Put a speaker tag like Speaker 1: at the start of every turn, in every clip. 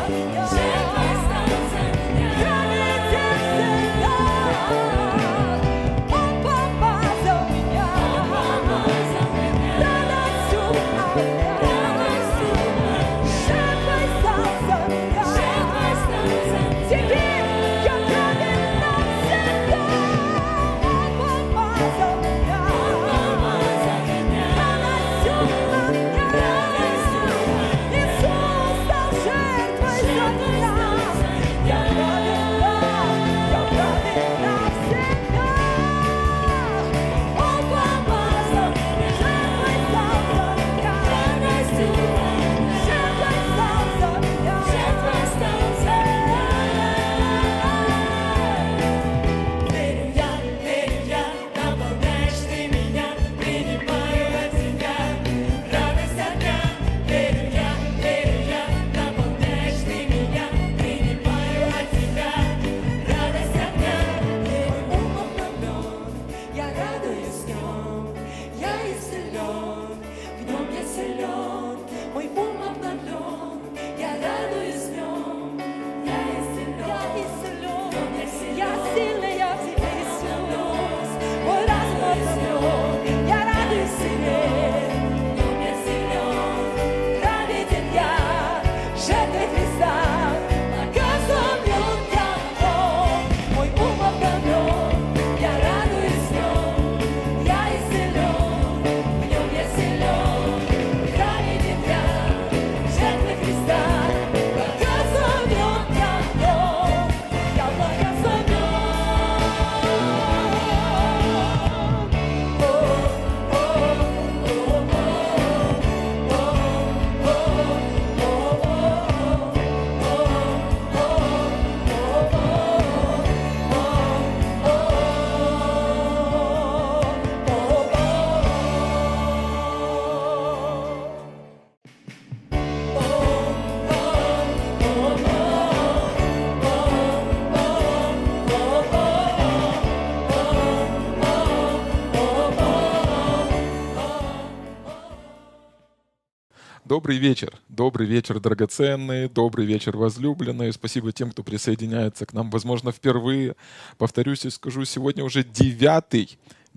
Speaker 1: Добрый вечер, драгоценные, добрый вечер, возлюбленные. Спасибо тем, кто присоединяется к нам, возможно, впервые. Повторюсь и скажу, сегодня уже девятый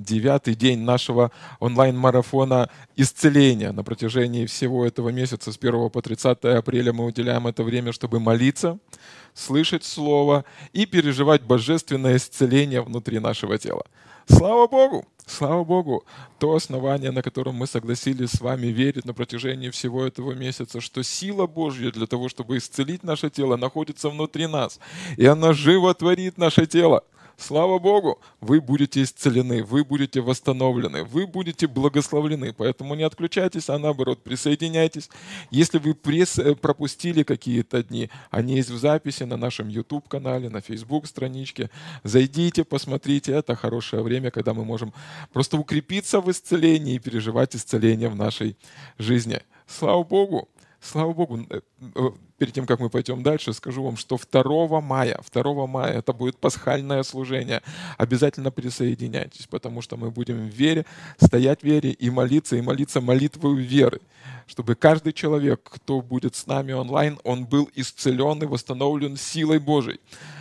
Speaker 1: день нашего онлайн-марафона исцеления. На протяжении всего этого месяца, с 1 по 30 апреля, мы уделяем это время, чтобы молиться, слышать Слово и переживать божественное исцеление внутри нашего тела. Слава Богу! Слава Богу! То основание, на котором мы согласились с вами верить на протяжении всего этого месяца, что сила Божья для того, чтобы исцелить наше тело, находится внутри нас, и она животворит наше тело. Слава Богу, вы будете исцелены, вы будете восстановлены, вы будете благословлены. Поэтому не отключайтесь, а наоборот, присоединяйтесь. Если вы пропустили какие-то дни, они есть в записи на нашем YouTube-канале, на Facebook-страничке. Зайдите, посмотрите. Это хорошее время, когда мы можем просто укрепиться в исцелении и переживать исцеление в нашей жизни. Слава Богу! Слава Богу, перед тем, как мы пойдем дальше, скажу вам, что 2 мая, это будет пасхальное служение. Обязательно присоединяйтесь, потому что мы будем в вере, стоять в вере и молиться молитвой веры, чтобы каждый человек, кто будет с нами онлайн, он был исцелен и восстановлен силой Божией.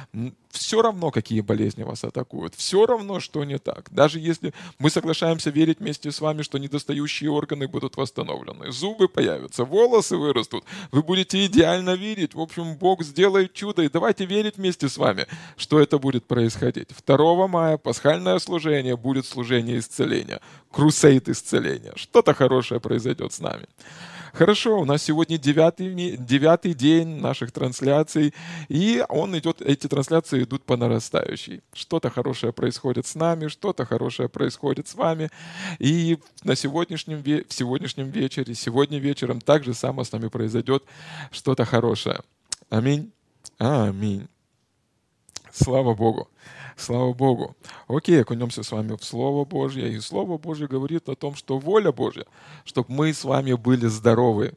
Speaker 1: Все равно, какие болезни вас атакуют, все равно, что не так. Даже если мы соглашаемся верить вместе с вами, что недостающие органы будут восстановлены, зубы появятся, волосы вырастут, вы будете идеально видеть. В общем, Бог сделает чудо, и давайте верить вместе с вами, что это будет происходить. 2 мая пасхальное служение будет служение исцеления, крусейд исцеления. Что-то хорошее произойдет с нами. Хорошо, у нас сегодня девятый день наших трансляций, и эти трансляции идут по нарастающей. Что-то хорошее происходит с нами, что-то хорошее происходит с вами. И в сегодняшнем вечере, сегодня вечером так же само с нами произойдет что-то хорошее. Аминь. Аминь. Слава Богу. Слава Богу. Окей, окунемся с вами в Слово Божье. И Слово Божье говорит о том, что воля Божья, чтобы мы с вами были здоровы.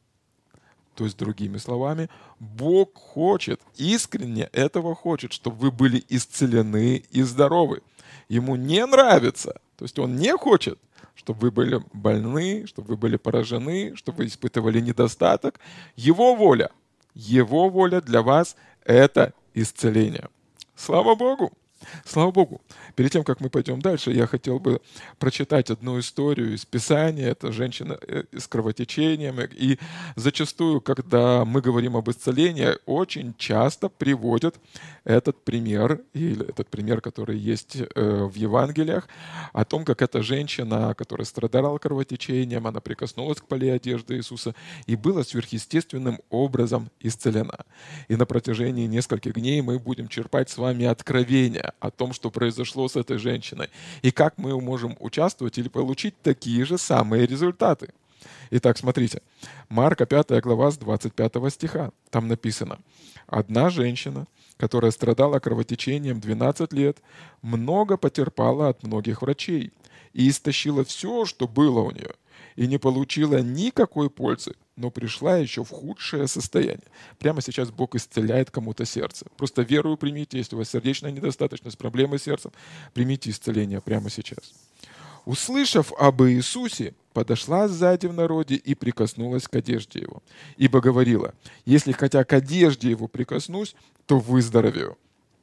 Speaker 1: То есть, другими словами, Бог хочет, искренне этого хочет, чтобы вы были исцелены и здоровы. Ему не нравится, то есть Он не хочет, чтобы вы были больны, чтобы вы были поражены, чтобы вы испытывали недостаток. Его воля Его воля для вас — это исцеление. Слава Богу! Слава Богу! Перед тем, как мы пойдем дальше, я хотел бы прочитать одну историю из Писания. Это женщина с кровотечением. И зачастую, когда мы говорим об исцелении, очень часто приводят этот пример, или этот пример, который есть в Евангелиях, о том, как эта женщина, которая страдала кровотечением, она прикоснулась к поле одежды Иисуса и была сверхъестественным образом исцелена. И на протяжении нескольких дней мы будем черпать с вами откровения о том, что произошло с этой женщиной, и как мы можем участвовать или получить такие же самые результаты. Итак, смотрите. Марка 5 глава с 25 стиха. Там написано: «Одна женщина, которая страдала кровотечением 12 лет, много потерпала от многих врачей и истощила все, что было у нее, и не получила никакой пользы, но пришла еще в худшее состояние». Прямо сейчас Бог исцеляет кому-то сердце. Просто верую примите, если у вас сердечная недостаточность, проблемы с сердцем, примите исцеление прямо сейчас. «Услышав об Иисусе, подошла сзади в народе и прикоснулась к одежде его. Ибо говорила: если хотя к одежде его прикоснусь, то выздоровею.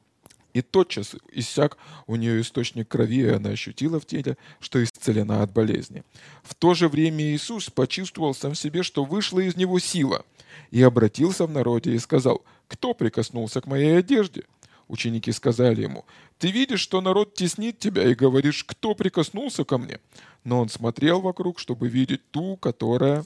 Speaker 1: И тотчас иссяк у нее источник крови, и она ощутила в теле, что исцелена от болезни. В то же время Иисус почувствовал сам в себе, что вышла из него сила, и обратился в народе и сказал: «Кто прикоснулся к моей одежде?» Ученики сказали ему: «Ты видишь, что народ теснит тебя, и говоришь: кто прикоснулся ко мне?» Но он смотрел вокруг, чтобы видеть ту, которая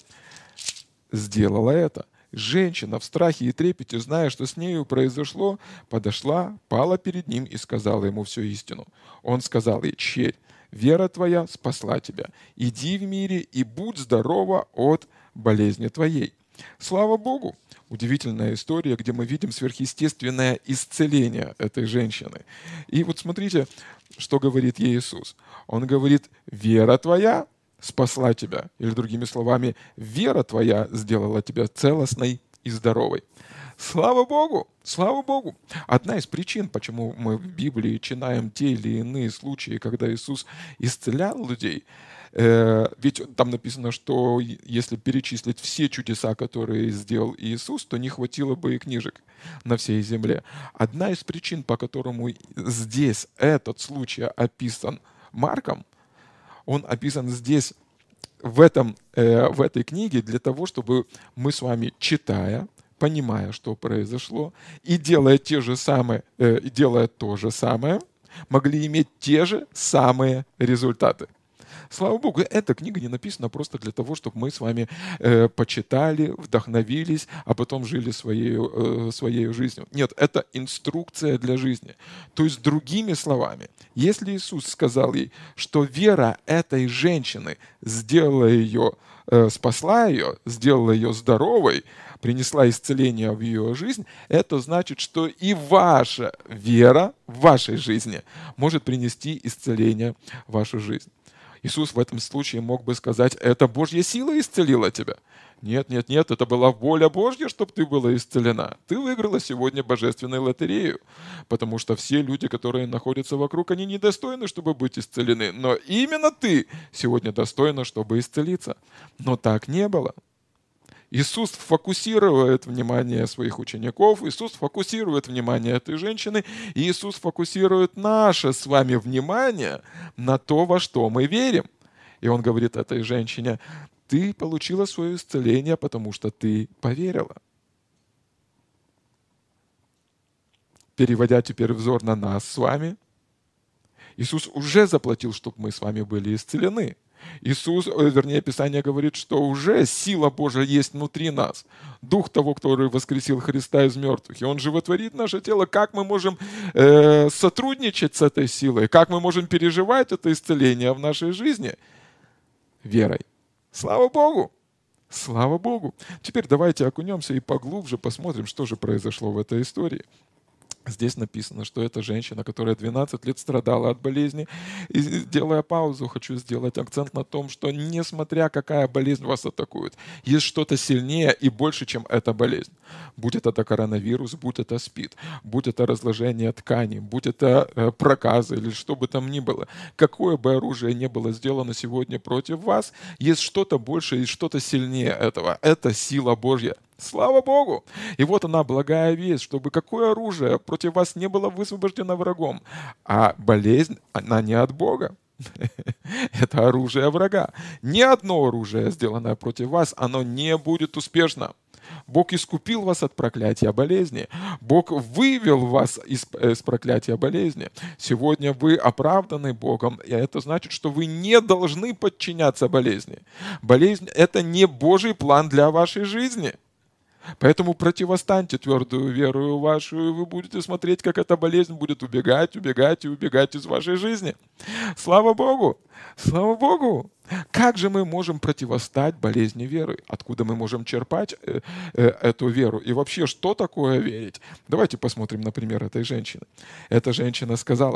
Speaker 1: сделала это. Женщина в страхе и трепете, зная, что с нею произошло, подошла, пала перед ним и сказала ему всю истину. Он сказал ей: «Черь, вера твоя спасла тебя. Иди в мире и будь здорова от болезни твоей». Слава Богу! Удивительная история, где мы видим сверхъестественное исцеление этой женщины. И вот смотрите, что говорит ей Иисус. Он говорит: «Вера твоя спасла тебя». Или другими словами, вера твоя сделала тебя целостной и здоровой. Слава Богу! Слава Богу! Одна из причин, почему мы в Библии читаем те или иные случаи, когда Иисус исцелял людей, ведь там написано, что если перечислить все чудеса, которые сделал Иисус, то не хватило бы и книжек на всей земле. Одна из причин, по которому здесь этот случай описан Марком, он описан здесь, в этой книге, для того, чтобы мы с вами, читая, понимая, что произошло, и делая то же самое, могли иметь те же самые результаты. Слава Богу, эта книга не написана просто для того, чтобы мы с вами почитали, вдохновились, а потом жили своей жизнью. Нет, это инструкция для жизни. То есть, другими словами, если Иисус сказал ей, что вера этой женщины сделала ее, спасла ее, сделала ее здоровой, принесла исцеление в ее жизнь, это значит, что и ваша вера в вашей жизни может принести исцеление в вашу жизнь. Иисус в этом случае мог бы сказать: это Божья сила исцелила тебя. Нет, нет, нет, это была воля Божья, чтобы ты была исцелена. Ты выиграла сегодня божественную лотерею, потому что все люди, которые находятся вокруг, они недостойны, чтобы быть исцелены. Но именно ты сегодня достойна, чтобы исцелиться. Но так не было. Иисус фокусирует внимание своих учеников, Иисус фокусирует внимание этой женщины, и Иисус фокусирует наше с вами внимание на то, во что мы верим. И Он говорит этой женщине: ты получила свое исцеление, потому что ты поверила. Переводя теперь взор на нас с вами, Иисус уже заплатил, чтобы мы с вами были исцелены. Писание говорит, что уже сила Божия есть внутри нас. Дух того, который воскресил Христа из мертвых. И Он животворит наше тело. Как мы можем сотрудничать с этой силой? Как мы можем переживать это исцеление в нашей жизни? Верой. Слава Богу! Слава Богу! Теперь давайте окунемся и поглубже посмотрим, что же произошло в этой истории. Здесь написано, что это женщина, которая 12 лет страдала от болезни. И, делая паузу, хочу сделать акцент на том, что несмотря какая болезнь вас атакует, есть что-то сильнее и больше, чем эта болезнь. Будь это коронавирус, будь это СПИД, будь это разложение тканей, будь это проказы или что бы там ни было. Какое бы оружие ни было сделано сегодня против вас, есть что-то больше и что-то сильнее этого. Это сила Божья. Слава Богу! И вот она, благая весть, чтобы какое оружие против вас не было высвобождено врагом, а болезнь, она не от Бога. Это оружие врага. Ни одно оружие, сделанное против вас, оно не будет успешно. Бог искупил вас от проклятия болезни. Бог вывел вас из проклятия болезни. Сегодня вы оправданы Богом, и это значит, что вы не должны подчиняться болезни. Болезнь – это не Божий план для вашей жизни. Поэтому противостаньте твердую верою вашу, и вы будете смотреть, как эта болезнь будет убегать, убегать и убегать из вашей жизни. Слава Богу! Слава Богу! Как же мы можем противостать болезни веры? Откуда мы можем черпать эту веру? И вообще, что такое верить? Давайте посмотрим на пример этой женщины. Эта женщина сказала: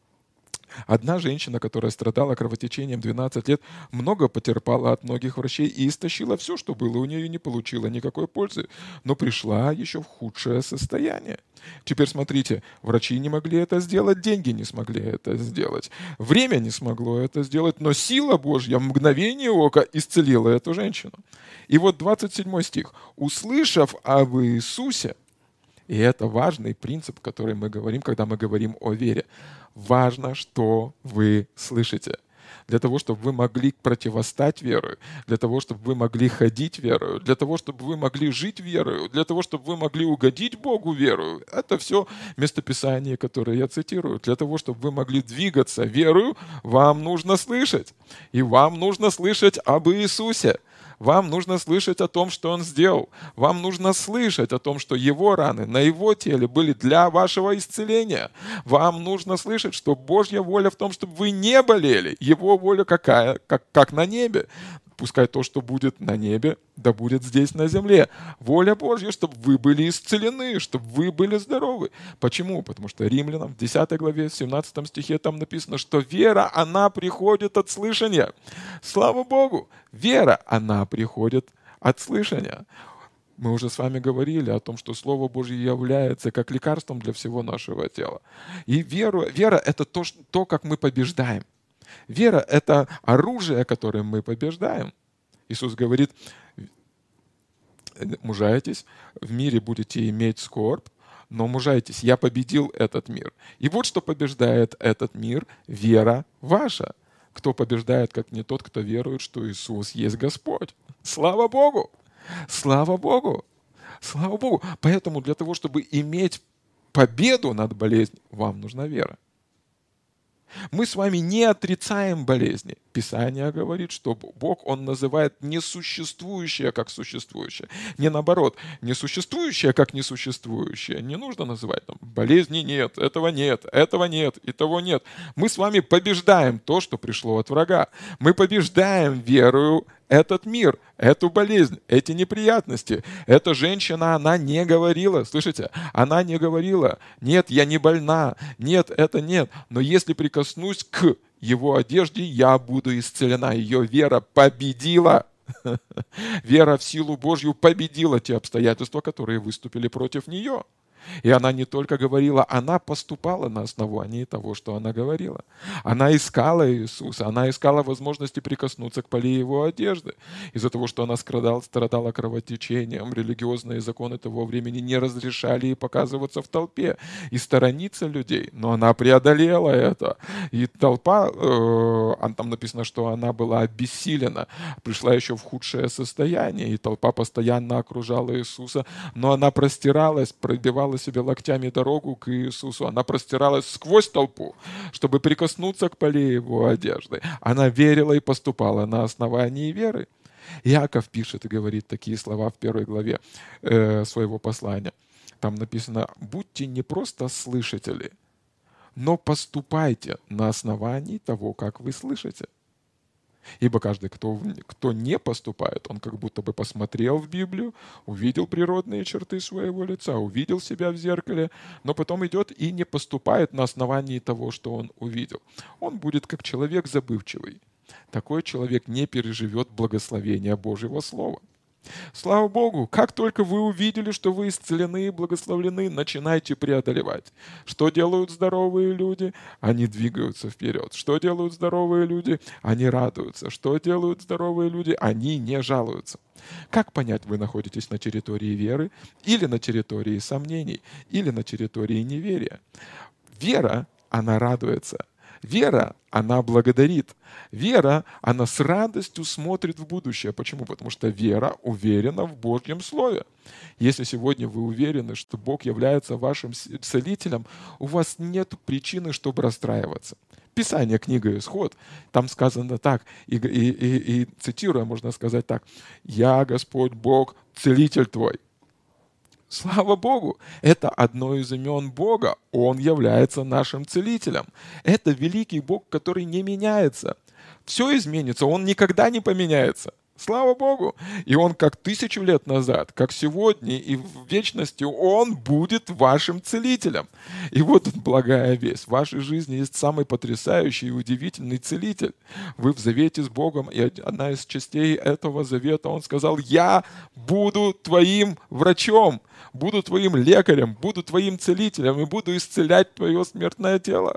Speaker 1: одна женщина, которая страдала кровотечением 12 лет, много потерпала от многих врачей и истощила все, что было у нее, и не получила никакой пользы, но пришла еще в худшее состояние. Теперь смотрите, врачи не могли это сделать, деньги не смогли это сделать, время не смогло это сделать, но сила Божья в мгновение ока исцелила эту женщину. И вот 27 стих. «Услышав об Иисусе», и это важный принцип, который мы говорим, когда мы говорим о вере. Важно, что вы слышите. Для того, чтобы вы могли противостать верою, для того, чтобы вы могли ходить верою, для того, чтобы вы могли жить верою, для того, чтобы вы могли угодить Богу верою. Это все местописание, которое я цитирую. Для того, чтобы вы могли двигаться верою, вам нужно слышать. И вам нужно слышать об Иисусе. Вам нужно слышать о том, что Он сделал. Вам нужно слышать о том, что Его раны на Его теле были для вашего исцеления. Вам нужно слышать, что Божья воля в том, чтобы вы не болели. Его воля какая? Как на небе. Пускай то, что будет на небе, да будет здесь на земле. Воля Божья, чтобы вы были исцелены, чтобы вы были здоровы. Почему? Потому что Римлянам в 10 главе, 17 стихе там написано, что вера, она приходит от слышания. Слава Богу! Вера, она приходит от слышания. Мы уже с вами говорили о том, что Слово Божье является как лекарством для всего нашего тела. И вера – это то, как мы побеждаем. Вера – это оружие, которым мы побеждаем. Иисус говорит: мужайтесь, в мире будете иметь скорбь, но мужайтесь, я победил этот мир. И вот что побеждает этот мир – вера ваша. Кто побеждает, как не тот, кто верует, что Иисус есть Господь. Слава Богу! Слава Богу! Слава Богу! Поэтому для того, чтобы иметь победу над болезнью, вам нужна вера. Мы с вами не отрицаем болезни. Писание говорит, что Бог, Он называет несуществующее как существующее. Не наоборот, несуществующее как несуществующее. Не нужно называть там болезни нет, этого нет, и того нет. Мы с вами побеждаем то, что пришло от врага. Мы побеждаем верою этот мир, эту болезнь, эти неприятности. Эта женщина, она не говорила, слышите, она не говорила: нет, я не больна, нет, это нет. Но если прикоснусь к Его одежде, я буду исцелена. Ее вера победила. Вера в силу Божью победила те обстоятельства, которые выступили против нее. И она не только говорила, она поступала на основании того, что она говорила. Она искала Иисуса, она искала возможности прикоснуться к поле Его одежды. Из-за того, что она страдала кровотечением, религиозные законы того времени не разрешали ей показываться в толпе и сторониться людей. Но она преодолела это. И толпа, там написано, что она была обессилена, пришла еще в худшее состояние, и толпа постоянно окружала Иисуса, но она простиралась, пробивала себе локтями дорогу к Иисусу. Она простиралась сквозь толпу, чтобы прикоснуться к поле Его одежды. Она верила и поступала на основании веры. Иаков пишет и говорит такие слова в 1 главе своего послания. Там написано: «Будьте не просто слышатели, но поступайте на основании того, как вы слышите». Ибо каждый, кто не поступает, он как будто бы посмотрел в Библию, увидел природные черты своего лица, увидел себя в зеркале, но потом идет и не поступает на основании того, что он увидел. Он будет как человек забывчивый. Такой человек не переживет благословения Божьего Слова. Слава Богу, как только вы увидели, что вы исцелены и благословлены, начинайте преодолевать. Что делают здоровые люди? Они двигаются вперед. Что делают здоровые люди? Они радуются. Что делают здоровые люди? Они не жалуются. Как понять, вы находитесь на территории веры или на территории сомнений, или на территории неверия? Вера, она радуется. Вера, она благодарит. Вера, она с радостью смотрит в будущее. Почему? Потому что вера уверена в Божьем Слове. Если сегодня вы уверены, что Бог является вашим целителем, у вас нет причины, чтобы расстраиваться. Писание, книга «Исход», там сказано так, и цитируя, можно сказать так: «Я, Господь Бог, целитель твой». Слава Богу! Это одно из имен Бога. Он является нашим целителем. Это великий Бог, который не меняется. Все изменится, Он никогда не поменяется. Слава Богу! И Он как 1000 лет назад, как сегодня и в вечности, Он будет вашим целителем. И вот благая весть. В вашей жизни есть самый потрясающий и удивительный целитель. Вы в завете с Богом, и одна из частей этого завета, Он сказал: «Я буду твоим врачом, буду твоим лекарем, буду твоим целителем и буду исцелять твое смертное тело».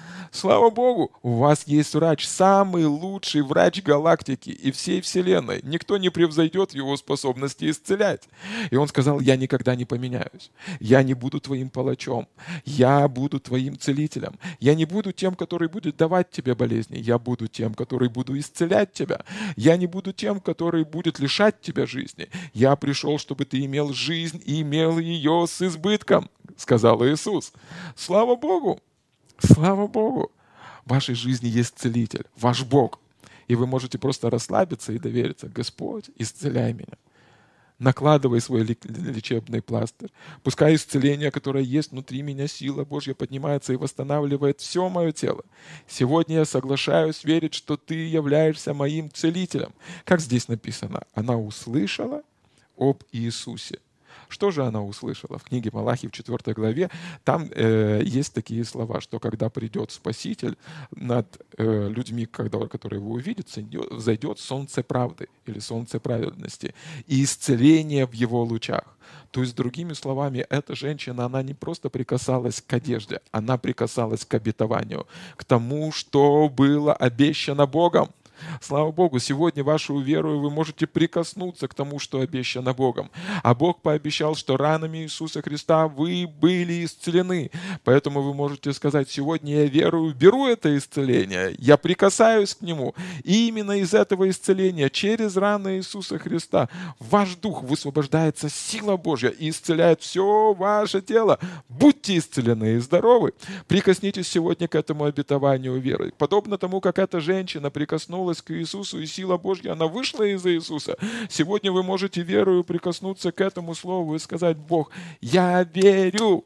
Speaker 1: Слава Богу, у вас есть врач, самый лучший врач галактики и всей Вселенной. Никто не превзойдет в его способности исцелять. И он сказал: «Я никогда не поменяюсь. Я не буду твоим палачом. Я буду твоим целителем. Я не буду тем, который будет давать тебе болезни. Я буду тем, который буду исцелять тебя. Я не буду тем, который будет лишать тебя жизни. Я пришел, чтобы ты имел жизнь и имел ее с избытком», сказал Иисус. Слава Богу! Слава Богу! В вашей жизни есть целитель, ваш Бог. И вы можете просто расслабиться и довериться: «Господь, исцеляй меня». Накладывай свой лечебный пластырь. Пускай исцеление, которое есть внутри меня, сила Божья поднимается и восстанавливает все мое тело. Сегодня я соглашаюсь верить, что ты являешься моим целителем. Как здесь написано, она услышала об Иисусе. Что же она услышала? В книге Малахии в 4 главе там есть такие слова, что когда придет Спаситель, над людьми, которые его увидят, взойдет солнце правды или солнце праведности и исцеление в его лучах. То есть, другими словами, эта женщина, она не просто прикасалась к одежде, она прикасалась к обетованию, к тому, что было обещано Богом. Слава Богу, сегодня вашу веру вы можете прикоснуться к тому, что обещано Богом. А Бог пообещал, что ранами Иисуса Христа вы были исцелены. Поэтому вы можете сказать: «Сегодня я верую, беру это исцеление, я прикасаюсь к нему». И именно из этого исцеления, через раны Иисуса Христа, в ваш дух высвобождается сила Божья и исцеляет все ваше тело. Будьте исцелены и здоровы. Прикоснитесь сегодня к этому обетованию веры. Подобно тому, как эта женщина прикоснулась к Иисусу, и сила Божья, она вышла из Иисуса. Сегодня вы можете верою прикоснуться к этому слову и сказать: «Бог, я верю».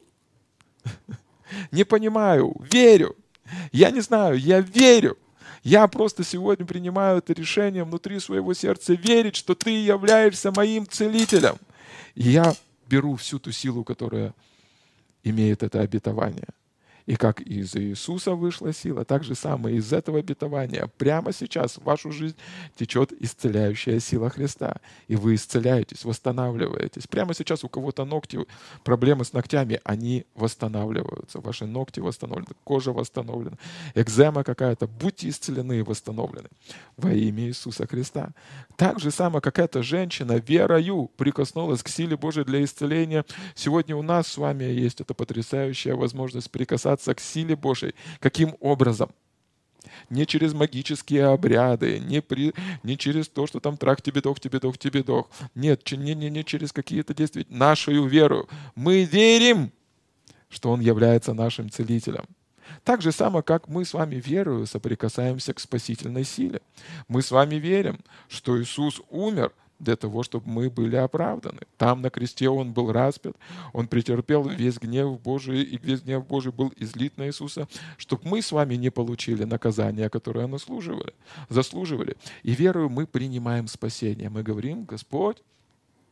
Speaker 1: Не понимаю, верю. Я не знаю, я верю. Я просто сегодня принимаю это решение внутри своего сердца верить, что ты являешься моим целителем. И я беру всю ту силу, которая имеет это обетование. И как из Иисуса вышла сила, так же самое из этого обетования прямо сейчас в вашу жизнь течет исцеляющая сила Христа. И вы исцеляетесь, восстанавливаетесь. Прямо сейчас у кого-то ногти, проблемы с ногтями, они восстанавливаются. Ваши ногти восстановлены, кожа восстановлена, экзема какая-то. Будьте исцелены и восстановлены во имя Иисуса Христа. Так же самое, как эта женщина верою прикоснулась к силе Божией для исцеления. Сегодня у нас с вами есть эта потрясающая возможность прикасаться к силе Божией. Каким образом? Не через магические обряды, не через то, что там трах-тебедох, тебедох, тебедох. Нет, не через какие-то действия. Нашою верою. Мы верим, что Он является нашим целителем. Так же самое, как мы с вами верою соприкасаемся к спасительной силе. Мы с вами верим, что Иисус умер для того, чтобы мы были оправданы. Там на кресте Он был распят, Он претерпел весь гнев Божий, и весь гнев Божий был излит на Иисуса, чтобы мы с вами не получили наказание, которое заслуживали. И верою мы принимаем спасение. Мы говорим: «Господь,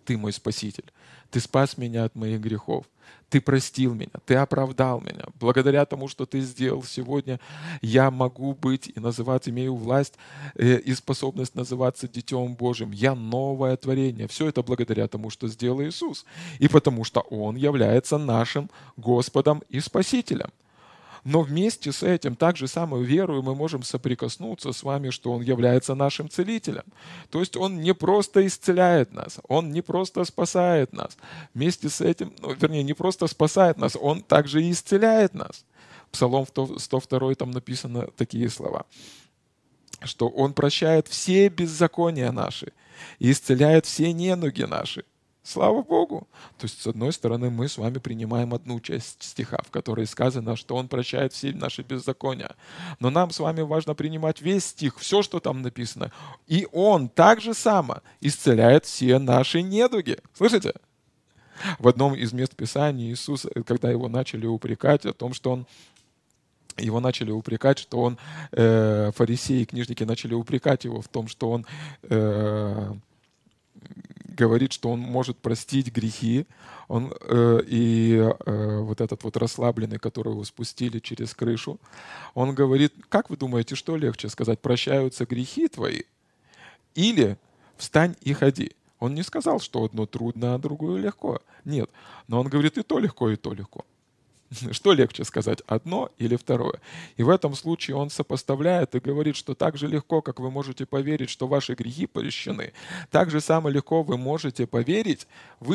Speaker 1: Ты мой Спаситель. Ты спас меня от моих грехов. Ты простил меня, Ты оправдал меня. Благодаря тому, что Ты сделал сегодня, я могу быть и называть, имею власть и способность называться Детем Божьим. Я новое творение. Все это благодаря тому, что сделал Иисус. И потому что Он является нашим Господом и Спасителем. Но вместе с этим, так же самую верою, мы можем соприкоснуться с вами, что Он является нашим целителем. То есть Он не просто исцеляет нас, Он не просто спасает нас. Вместе с этим, не просто спасает нас, Он также и исцеляет нас. Псалом 102, там написано такие слова, что Он прощает все беззакония наши и исцеляет все недуги наши. Слава Богу! То есть, с одной стороны, мы с вами принимаем одну часть стиха, в которой сказано, что Он прощает все наши беззакония. Но нам с вами важно принимать весь стих, все, что там написано. И Он так же само исцеляет все наши недуги. Слышите? В одном из мест Писания Иисус, когда Его начали упрекать о том, что Он фарисеи и книжники начали упрекать Его в том, что Он говорит, что Он может простить грехи, вот этот вот расслабленный, которого спустили через крышу, Он говорит: как вы думаете, что легче сказать, прощаются грехи твои или встань и ходи? Он не сказал, что одно трудно, а другое легко. Нет, но Он говорит, и то легко, и то легко. Что легче сказать, одно или второе? И в этом случае Он сопоставляет и говорит, что так же легко, как вы можете поверить, что ваши грехи прощены, так же самое легко вы можете поверить,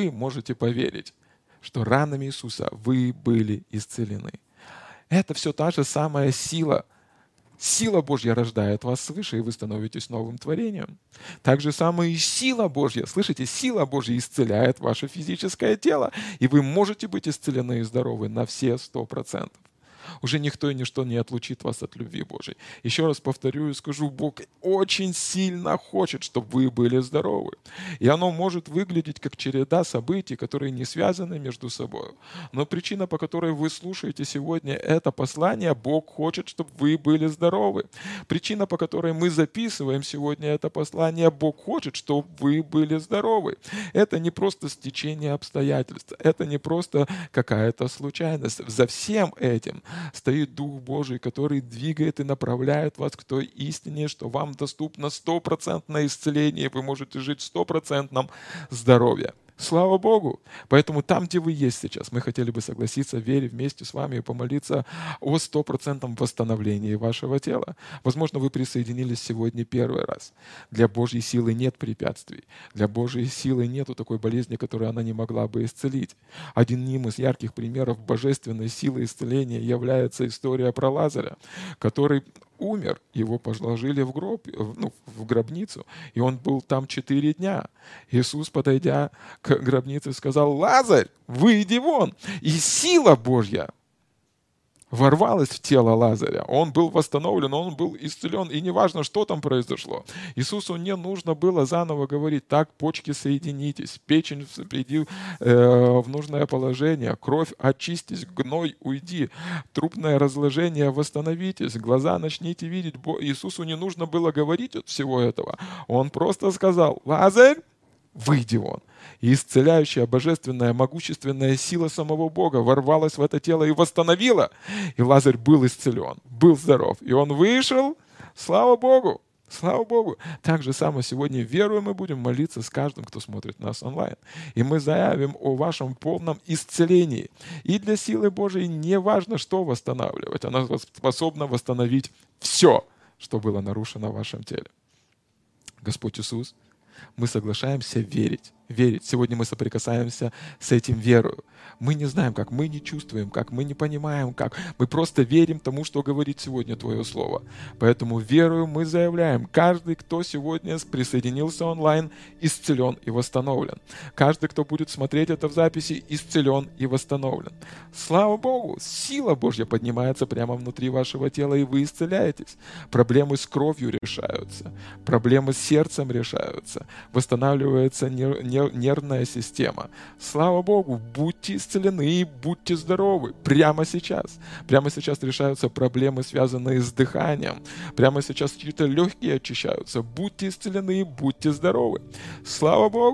Speaker 1: что ранами Иисуса вы были исцелены. Это все та же самая сила. Сила Божья рождает вас свыше, и вы становитесь новым творением. Так же самое и сила Божья, слышите, сила Божья исцеляет ваше физическое тело, и вы можете быть исцелены и здоровы на все 100%. Уже никто и ничто не отлучит вас от любви Божьей. Еще раз повторю и скажу, Бог очень сильно хочет, чтобы вы были здоровы. И оно может выглядеть как череда событий, которые не связаны между собой. Но причина, по которой вы слушаете сегодня это послание, Бог хочет, чтобы вы были здоровы. Причина, по которой мы записываем сегодня это послание, Бог хочет, чтобы вы были здоровы. Это не просто стечение обстоятельств, это не просто какая-то случайность. За всем этим стоит Дух Божий, который двигает и направляет вас к той истине, что вам доступно 100% исцеление, вы можете жить в 100% здоровье. Слава Богу! Поэтому там, где вы есть сейчас, мы хотели бы согласиться в вере вместе с вами и помолиться о 100% восстановлении вашего тела. Возможно, вы присоединились сегодня первый раз. Для Божьей силы нет препятствий. Для Божьей силы нету такой болезни, которую она не могла бы исцелить. Одним из ярких примеров божественной силы исцеления является история про Лазаря, который умер, его положили в гробницу, и он был там 4 дня. Иисус, подойдя к гробнице, сказал: «Лазарь, выйди вон!» И сила Божья ворвалась в тело Лазаря. Он был восстановлен, он был исцелен, и неважно, что там произошло. Иисусу не нужно было заново говорить: так, почки соединитесь, печень приди в нужное положение, кровь очистись, гной уйди, трупное разложение восстановитесь, глаза начните видеть. Иисусу не нужно было говорить от всего этого. Он просто сказал: «Лазарь, выйди вон». И исцеляющая, божественная, могущественная сила самого Бога ворвалась в это тело и восстановила. И Лазарь был исцелен, был здоров. И он вышел. Слава Богу! Слава Богу! Так же самое сегодня веруем мы будем молиться с каждым, кто смотрит нас онлайн. И мы заявим о вашем полном исцелении. И для силы Божией не важно, что восстанавливать. Она способна восстановить все, что было нарушено в вашем теле. Господь Иисус, мы соглашаемся верить. Сегодня мы соприкасаемся с этим верою. Мы не знаем как, мы не чувствуем как, мы не понимаем как. Мы просто верим тому, что говорит сегодня Твое Слово. Поэтому верою мы заявляем: каждый, кто сегодня присоединился онлайн, исцелен и восстановлен. Каждый, кто будет смотреть это в записи, исцелен и восстановлен. Слава Богу! Сила Божья поднимается прямо внутри вашего тела, и вы исцеляетесь. Проблемы с кровью решаются. Проблемы с сердцем решаются. Восстанавливается нервная система. Слава Богу, будьте исцелены и будьте здоровы прямо сейчас. Прямо сейчас решаются проблемы, связанные с дыханием. Прямо сейчас чьи-то легкие очищаются. Будьте исцелены и будьте здоровы. Слава Богу!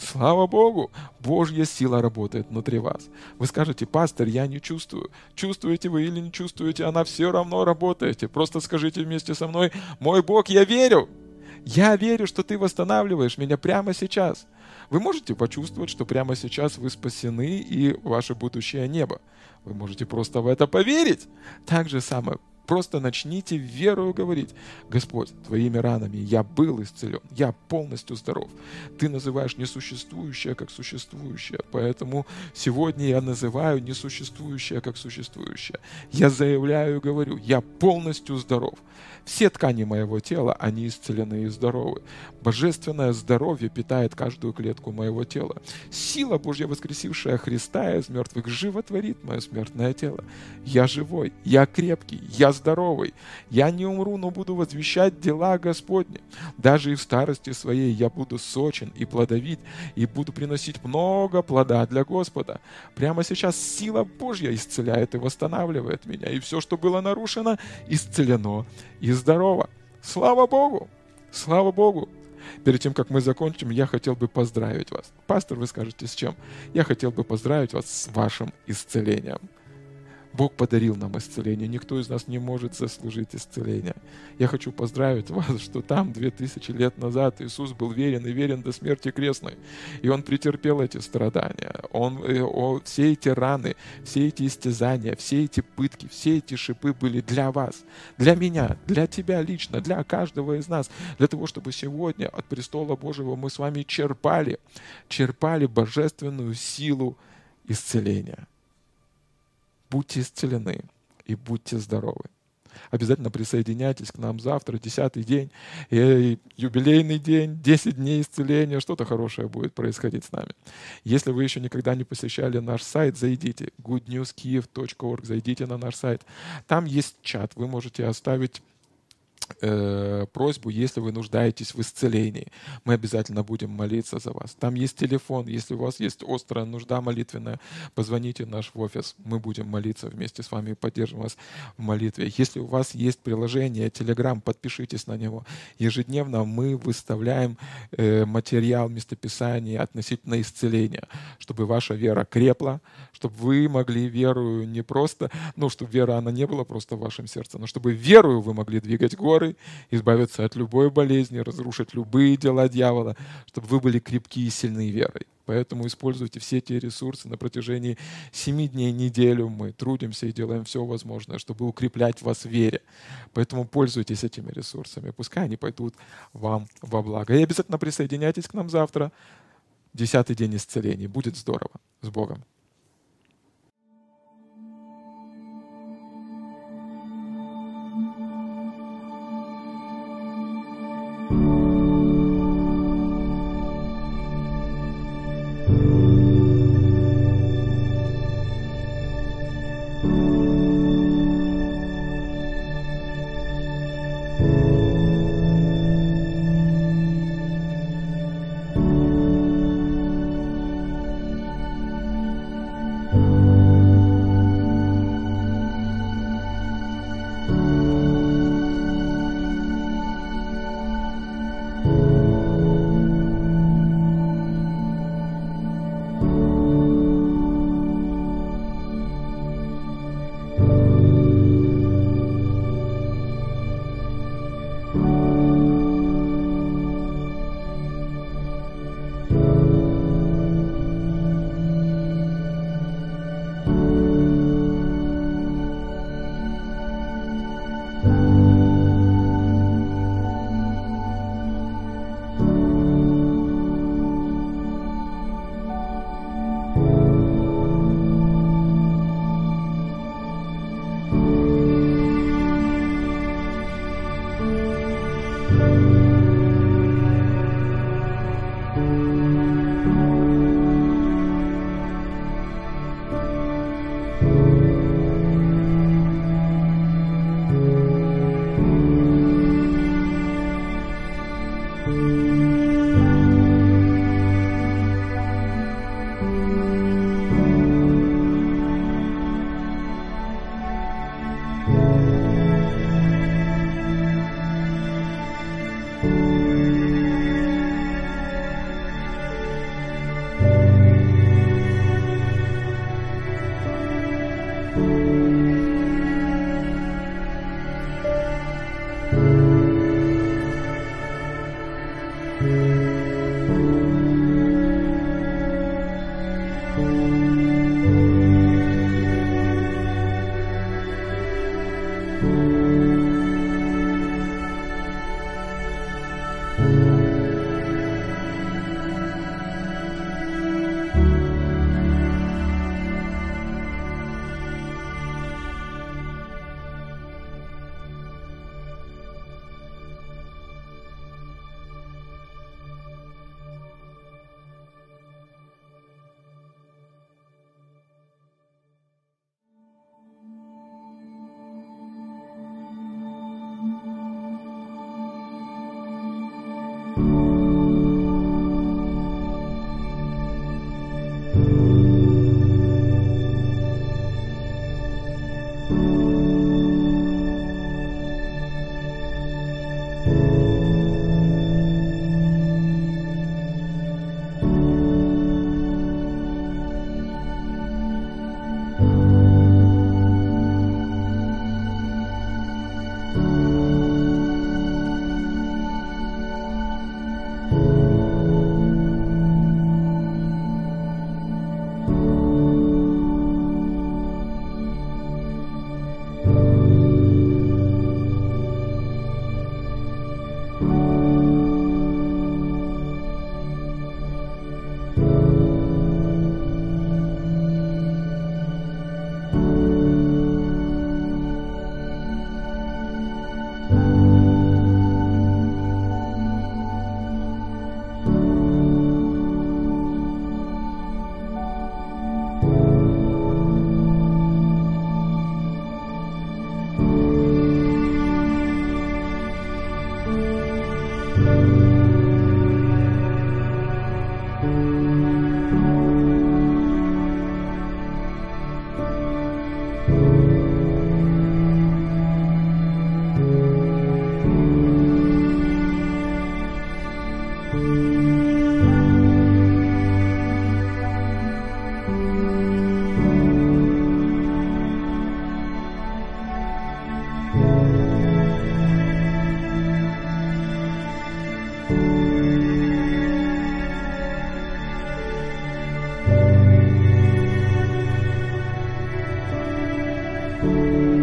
Speaker 1: Слава Богу, Божья сила работает внутри вас. Вы скажете: пастор, я не чувствую. Чувствуете вы или не чувствуете, она все равно работает. Просто скажите вместе со мной: мой Бог, я верю. Я верю, что ты восстанавливаешь меня прямо сейчас. Вы можете почувствовать, что прямо сейчас вы спасены и ваше будущее небо. Вы можете просто в это поверить. Так же самое. Просто начните верою говорить: Господь, Твоими ранами я был исцелен, я полностью здоров. Ты называешь несуществующее как существующее, поэтому сегодня я называю несуществующее как существующее. Я заявляю и говорю: я полностью здоров. Все ткани моего тела, они исцелены и здоровы. Божественное здоровье питает каждую клетку моего тела. Сила Божья, воскресившая Христа из мертвых, животворит мое смертное тело. Я живой, я крепкий, я здоровый. Я не умру, но буду возвещать дела Господни. Даже и в старости своей я буду сочен и плодовит, и буду приносить много плода для Господа. Прямо сейчас сила Божья исцеляет и восстанавливает меня, и все, что было нарушено, исцелено и здорово. Слава Богу! Слава Богу! Перед тем, как мы закончим, я хотел бы поздравить вас. Пастор, вы скажете, с чем? Я хотел бы поздравить вас с вашим исцелением. Бог подарил нам исцеление. Никто из нас не может заслужить исцеление. Я хочу поздравить вас, что там 2000 лет назад Иисус был верен и верен до смерти крестной. И Он претерпел эти страдания. Все эти раны, все эти истязания, все эти пытки, все эти шипы были для вас, для меня, для тебя лично, для каждого из нас. Для того, чтобы сегодня от престола Божьего мы с вами черпали божественную силу исцеления. Будьте исцелены и будьте здоровы. Обязательно присоединяйтесь к нам завтра, 10-й день, юбилейный день, 10 дней исцеления, что-то хорошее будет происходить с нами. Если вы еще никогда не посещали наш сайт, зайдите, goodnewskyiv.org, зайдите на наш сайт. Там есть чат, вы можете оставить просьбу, если вы нуждаетесь в исцелении. Мы обязательно будем молиться за вас. Там есть телефон. Если у вас есть острая нужда молитвенная, позвоните в наш офис. Мы будем молиться вместе с вами и поддержим вас в молитве. Если у вас есть приложение Telegram, подпишитесь на него. Ежедневно мы выставляем материал, местописание относительно исцеления, чтобы ваша вера крепла, чтобы вы могли верою не просто, чтобы вера, она не была просто в вашем сердце, но чтобы верою вы могли двигать горы, избавиться от любой болезни, разрушить любые дела дьявола, чтобы вы были крепки и сильны верой. Поэтому используйте все эти ресурсы на протяжении 7 дней, неделю. Мы трудимся и делаем все возможное, чтобы укреплять вас в вере. Поэтому пользуйтесь этими ресурсами. Пускай они пойдут вам во благо. И обязательно присоединяйтесь к нам завтра. 10-й день исцеления. Будет здорово. С Богом.
Speaker 2: you.